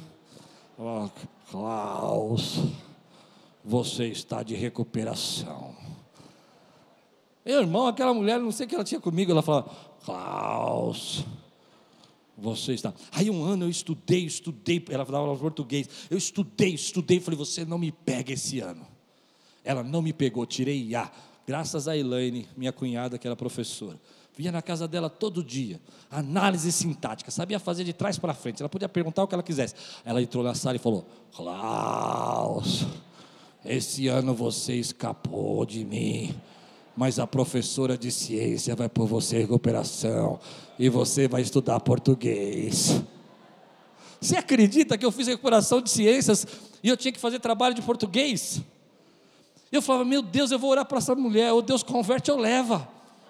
Klaus, você está de recuperação. Meu irmão, aquela mulher, não sei o que ela tinha comigo, ela falava, Klaus, você está... Aí um ano eu estudei, ela falava português, eu estudei, falei, você não me pega esse ano. Ela não me pegou, tirei A, graças a Elaine, minha cunhada que era professora. Vinha na casa dela todo dia, análise sintática, sabia fazer de trás para frente, ela podia perguntar o que ela quisesse. Ela entrou na sala e falou, Klaus, esse ano você escapou de mim, mas a professora de ciência vai pôr você em recuperação, e você vai estudar português. Você acredita que eu fiz recuperação de ciências, e eu tinha que fazer trabalho de português? Eu falava, meu Deus, eu vou orar para essa mulher, ou Deus converte ou leva.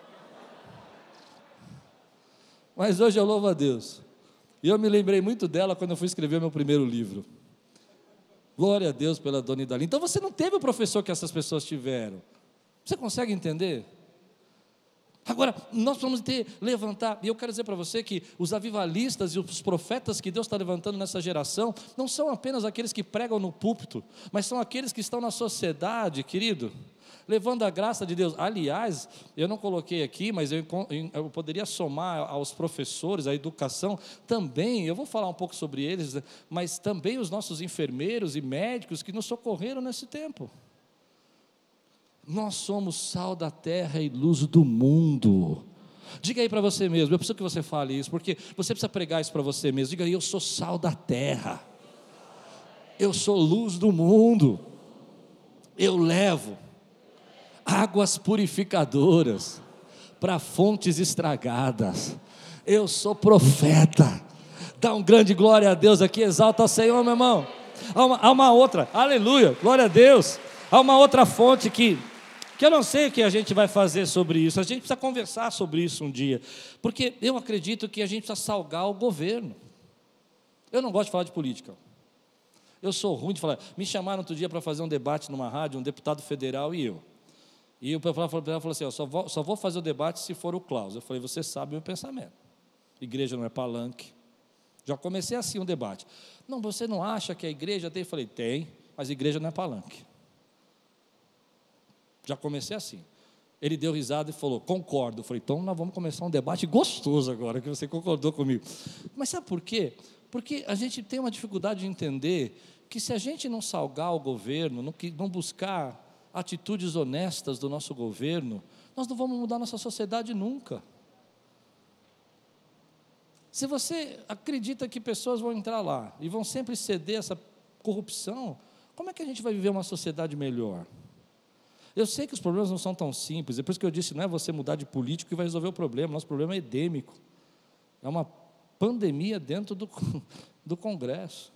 Mas hoje eu louvo a Deus, e eu me lembrei muito dela quando eu fui escrever meu primeiro livro. Glória a Deus pela Dona Idalina. Então você não teve o professor que essas pessoas tiveram. Você consegue entender? Agora, nós vamos levantar, e eu quero dizer para você que os avivalistas e os profetas que Deus está levantando nessa geração, não são apenas aqueles que pregam no púlpito, mas são aqueles que estão na sociedade, querido, levando a graça de Deus. Aliás, eu não coloquei aqui, mas eu poderia somar aos professores, à educação, também, eu vou falar um pouco sobre eles, mas também os nossos enfermeiros e médicos que nos socorreram nesse tempo. Nós somos sal da terra e luz do mundo. Diga aí para você mesmo, eu preciso que você fale isso, porque você precisa pregar isso para você mesmo. Diga aí, eu sou sal da terra, eu sou luz do mundo, eu levo águas purificadoras para fontes estragadas, eu sou profeta. Dá um grande glória a Deus aqui, exalta ao Senhor, meu irmão. Há uma outra, aleluia, glória a Deus. Há uma outra fonte que eu não sei o que a gente vai fazer sobre isso, a gente precisa conversar sobre isso um dia, porque eu acredito que a gente precisa salgar o governo. Eu não gosto de falar de política, eu sou ruim de falar. Me chamaram outro dia para fazer um debate numa rádio, um deputado federal e o pessoal falou assim, só vou fazer o debate se for o Klaus. Eu falei, você sabe o meu pensamento, igreja não é palanque. Já comecei assim um debate. Não, você não acha que a igreja tem? Eu falei, tem, mas a igreja não é palanque. Já comecei assim. Ele deu risada e falou, concordo. Eu falei, então nós vamos começar um debate gostoso agora, que você concordou comigo. Mas sabe por quê? Porque a gente tem uma dificuldade de entender que se a gente não salgar o governo, não buscar atitudes honestas do nosso governo, nós não vamos mudar nossa sociedade nunca. Se você acredita que pessoas vão entrar lá e vão sempre ceder essa corrupção, Como é que a gente vai viver uma sociedade melhor? Eu sei que os problemas não são tão simples, é por isso que eu disse, não é você mudar de político que vai resolver o problema, nosso problema é endêmico, é uma pandemia dentro do Congresso,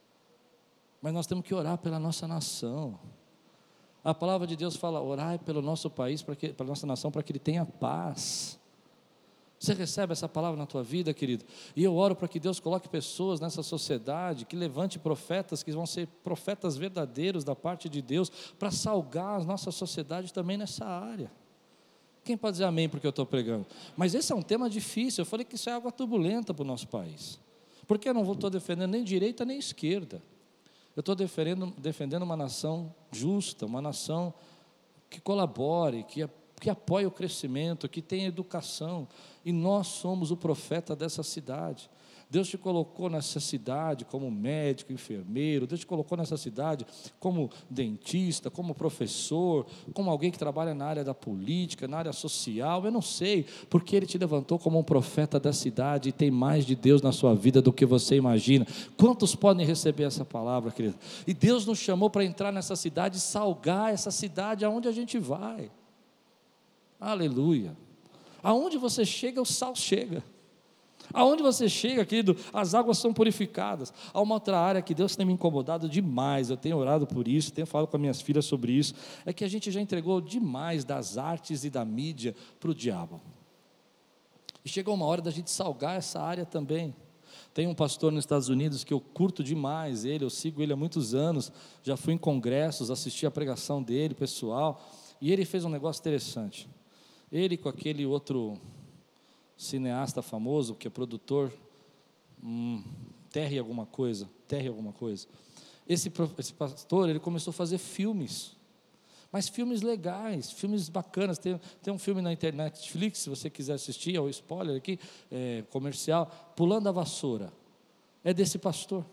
mas nós temos que orar pela nossa nação. A palavra de Deus fala, orai pelo nosso país, pela nossa nação, para que ele tenha paz. Você recebe essa palavra na tua vida, querido? E eu oro para que Deus coloque pessoas nessa sociedade, que levante profetas, que vão ser profetas verdadeiros da parte de Deus, para salgar a nossa sociedade também nessa área. Quem pode dizer amém porque eu estou pregando? Mas esse é um tema difícil, eu falei que isso é água turbulenta para o nosso país. Porque eu não estou defendendo nem direita nem esquerda. Eu estou defendendo uma nação justa, uma nação que colabore, que apoie o crescimento, que tenha educação, e nós somos o profeta dessa cidade. Deus te colocou nessa cidade como médico, enfermeiro, Deus te colocou nessa cidade como dentista, como professor, como alguém que trabalha na área da política, na área social, eu não sei, porque Ele te levantou como um profeta da cidade, e tem mais de Deus na sua vida do que você imagina. Quantos podem receber essa palavra, querido? E Deus nos chamou para entrar nessa cidade e salgar essa cidade aonde a gente vai. Aleluia. Aonde você chega, o sal chega. Aonde você chega, querido, as águas são purificadas. Há uma outra área que Deus tem me incomodado demais, eu tenho orado por isso, tenho falado com as minhas filhas sobre isso, é que a gente já entregou demais das artes e da mídia para o diabo. E chegou uma hora da gente salgar essa área também. Tem um pastor nos Estados Unidos que eu curto demais ele, eu sigo ele há muitos anos, já fui em congressos, assisti a pregação dele, pessoal, e ele fez um negócio interessante. Ele com aquele outro cineasta famoso, que é produtor, Terry alguma coisa. Esse pastor, ele começou a fazer filmes, mas filmes legais, filmes bacanas. Tem um filme na internet, Netflix, se você quiser assistir, é o spoiler aqui, comercial, Pulando a Vassoura, é desse pastor.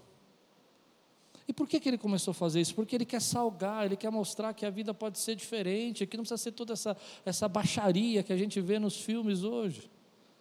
E por que ele começou a fazer isso? Porque ele quer salgar, ele quer mostrar que a vida pode ser diferente, que não precisa ser toda essa baixaria que a gente vê nos filmes hoje.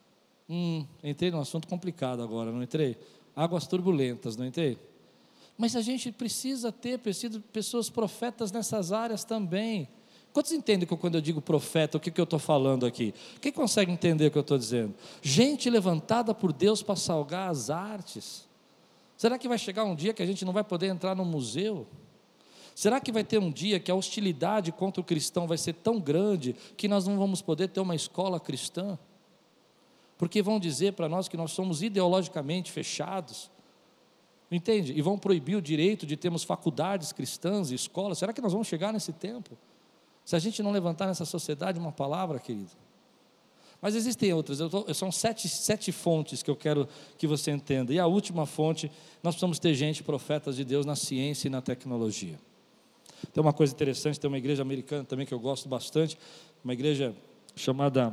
Entrei num assunto complicado agora, não entrei? Águas turbulentas, não entrei? Mas a gente precisa ter pessoas profetas nessas áreas também. Quantos entendem que quando eu digo profeta, o que eu estou falando aqui? Quem consegue entender o que eu estou dizendo? Gente levantada por Deus para salgar as artes. Será que vai chegar um dia que a gente não vai poder entrar no museu? Será que vai ter um dia que a hostilidade contra o cristão vai ser tão grande que nós não vamos poder ter uma escola cristã? Porque vão dizer para nós que nós somos ideologicamente fechados, entende? E vão proibir o direito de termos faculdades cristãs e escolas. Será que nós vamos chegar nesse tempo? Se a gente não levantar nessa sociedade uma palavra, querido. Mas existem outras, são sete fontes que eu quero que você entenda. E a última fonte, nós precisamos ter gente, profetas de Deus na ciência e na tecnologia. Tem uma coisa interessante, tem uma igreja americana também que eu gosto bastante, uma igreja chamada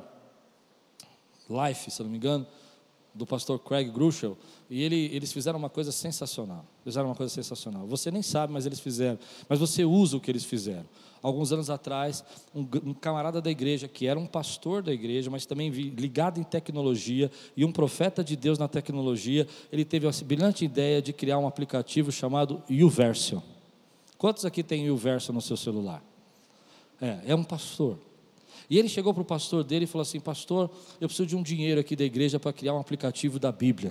Life, se não me engano, do pastor Craig Groeschel, e eles fizeram uma coisa sensacional. Você nem sabe, mas eles fizeram. Mas você usa o que eles fizeram. Alguns anos atrás, um camarada da igreja, que era um pastor da igreja, mas também ligado em tecnologia, e um profeta de Deus na tecnologia, ele teve a brilhante ideia de criar um aplicativo chamado YouVersion. Quantos aqui tem YouVersion no seu celular? É um pastor. E ele chegou para o pastor dele e falou assim: pastor, eu preciso de um dinheiro aqui da igreja para criar um aplicativo da Bíblia.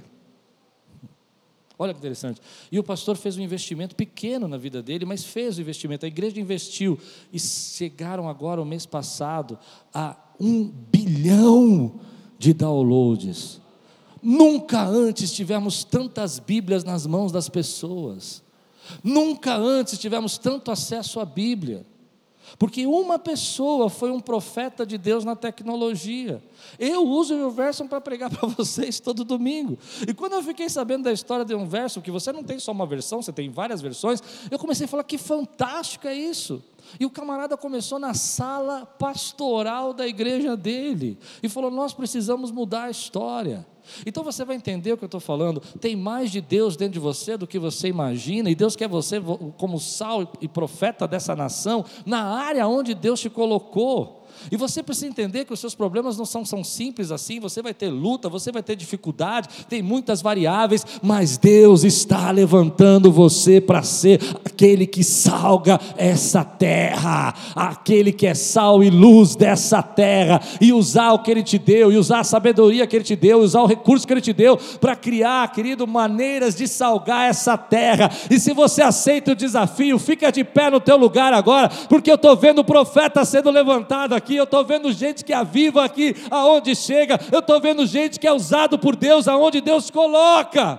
Olha que interessante. E o pastor fez um investimento pequeno na vida dele, mas fez o investimento, a igreja investiu, e chegaram agora, o mês passado, a 1 bilhão de downloads. Nunca antes tivemos tantas Bíblias nas mãos das pessoas, nunca antes tivemos tanto acesso à Bíblia. Porque uma pessoa foi um profeta de Deus na tecnologia. Eu uso o YouVersion para pregar para vocês todo domingo. E quando eu fiquei sabendo da história de YouVersion, que você não tem só uma versão, você tem várias versões, eu comecei a falar: que fantástico é isso. E o camarada começou na sala pastoral da igreja dele e falou: nós precisamos mudar a história. Então você vai entender o que eu estou falando. Tem mais de Deus dentro de você do que você imagina, e Deus quer você como sal e profeta dessa nação, na área onde Deus te colocou. E você precisa entender que os seus problemas não são simples assim. Você vai ter luta, você vai ter dificuldade, tem muitas variáveis, mas Deus está levantando você para ser aquele que salga essa terra, aquele que é sal e luz dessa terra, e usar o que Ele te deu, e usar a sabedoria que Ele te deu, usar o recurso que Ele te deu, para criar, querido, maneiras de salgar essa terra. E se você aceita o desafio, fica de pé no teu lugar agora, porque eu estou vendo o profeta sendo levantado aqui, eu estou vendo gente que aviva aqui, aonde chega, eu estou vendo gente que é usado por Deus, aonde Deus coloca.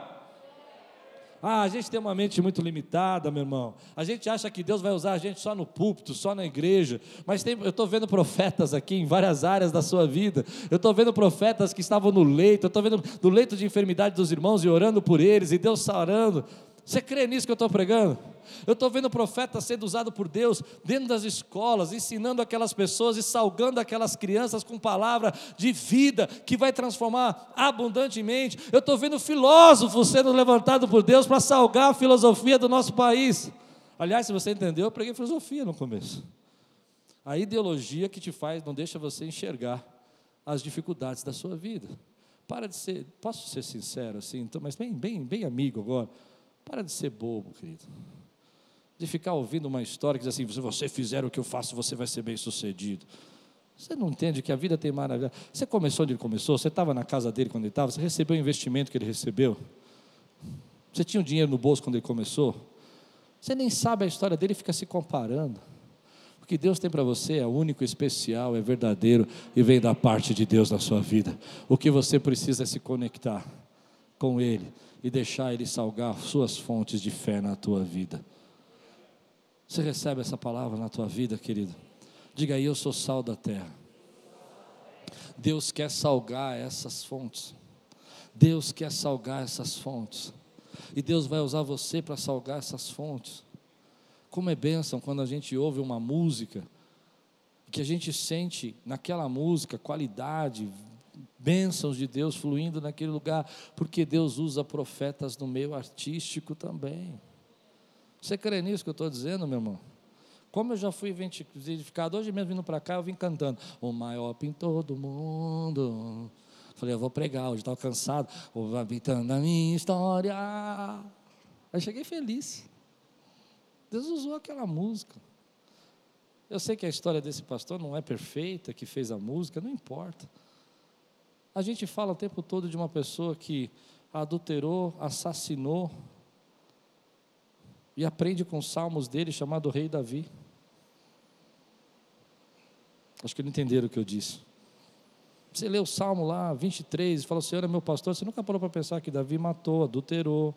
A gente tem uma mente muito limitada, meu irmão. A gente acha que Deus vai usar a gente só no púlpito, só na igreja. Mas eu estou vendo profetas aqui em várias áreas da sua vida. Eu estou vendo profetas que estavam no leito. Eu estou vendo no leito de enfermidade dos irmãos e orando por eles, e Deus sarando. Você crê nisso que eu estou pregando? Eu estou vendo profetas sendo usado por Deus dentro das escolas, ensinando aquelas pessoas e salgando aquelas crianças com palavra de vida que vai transformar abundantemente. Eu estou vendo filósofos sendo levantados por Deus para salgar a filosofia do nosso país. Aliás, se você entendeu, eu preguei filosofia no começo. A ideologia que te faz, não deixa você enxergar as dificuldades da sua vida. Para de ser, posso ser sincero assim, então, mas bem amigo agora. Para de ser bobo, querido. De ficar ouvindo uma história que diz assim: se você fizer o que eu faço, você vai ser bem sucedido. Você não entende que a vida tem maravilha. Você começou onde ele começou, você estava na casa dele quando ele estava, você recebeu o investimento que ele recebeu, você tinha o dinheiro no bolso quando ele começou. Você nem sabe a história dele e fica se comparando. O que Deus tem para você é único, especial, é verdadeiro e vem da parte de Deus na sua vida. O que você precisa é se conectar com Ele e deixar Ele salgar suas fontes de fé na tua vida. Você recebe essa palavra na tua vida, querido? Diga aí: eu sou sal da terra. Deus quer salgar essas fontes. Deus quer salgar essas fontes. E Deus vai usar você para salgar essas fontes. Como é bênção quando a gente ouve uma música, que a gente sente naquela música qualidade, bênçãos de Deus fluindo naquele lugar, porque Deus usa profetas no meio artístico também. Você crê nisso que eu estou dizendo, meu irmão? Como eu já fui identificado, hoje mesmo vindo para cá, eu vim cantando: o maior pintor do mundo. Falei: eu vou pregar, hoje estava cansado, vou habitando a minha história. Aí cheguei feliz. Deus usou aquela música. Eu sei que a história desse pastor não é perfeita, que fez a música, não importa. A gente fala o tempo todo de uma pessoa que adulterou, assassinou, e aprende com os salmos dele, chamado Rei Davi. Acho que não entenderam o que eu disse. Você lê o Salmo lá, 23, e fala: o Senhor é meu pastor. Você nunca parou para pensar que Davi matou, adulterou.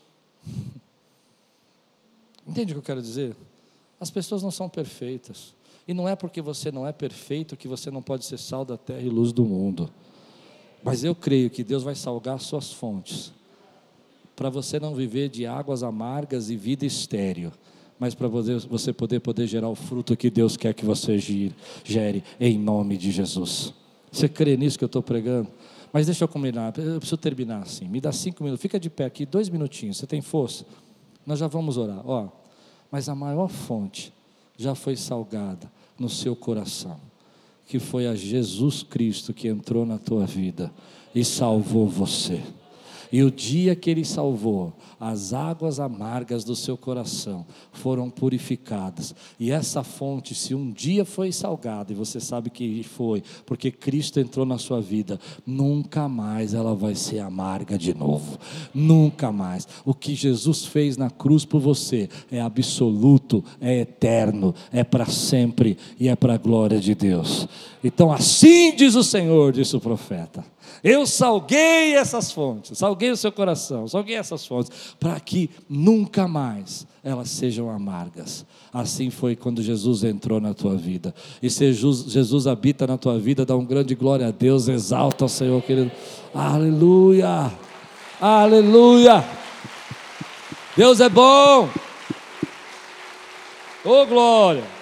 Entende o que eu quero dizer? As pessoas não são perfeitas. E não é porque você não é perfeito que você não pode ser sal da terra e luz do mundo. Mas eu creio que Deus vai salgar suas fontes, para você não viver de águas amargas e vida estéril, mas para você poder gerar o fruto que Deus quer que você gere, em nome de Jesus. Você crê nisso que eu estou pregando? Mas deixa eu combinar, eu preciso terminar assim. Me dá 5 minutos, fica de pé aqui, 2 minutinhos, você tem força? Nós já vamos orar. Mas a maior fonte já foi salgada no seu coração, que foi a Jesus Cristo que entrou na tua vida e salvou você. E o dia que Ele salvou, as águas amargas do seu coração foram purificadas. E essa fonte, se um dia foi salgada, e você sabe que foi, porque Cristo entrou na sua vida, nunca mais ela vai ser amarga de novo. Nunca mais. O que Jesus fez na cruz por você é absoluto, é eterno, é para sempre e é para a glória de Deus. Então assim diz o Senhor, disse o profeta: eu salguei essas fontes, salguei o seu coração, salguei essas fontes, para que nunca mais elas sejam amargas. Assim foi quando Jesus entrou na tua vida. E se Jesus habita na tua vida, dá um grande glória a Deus, exalta o Senhor, querido. Aleluia, aleluia. Deus é bom. Oh glória.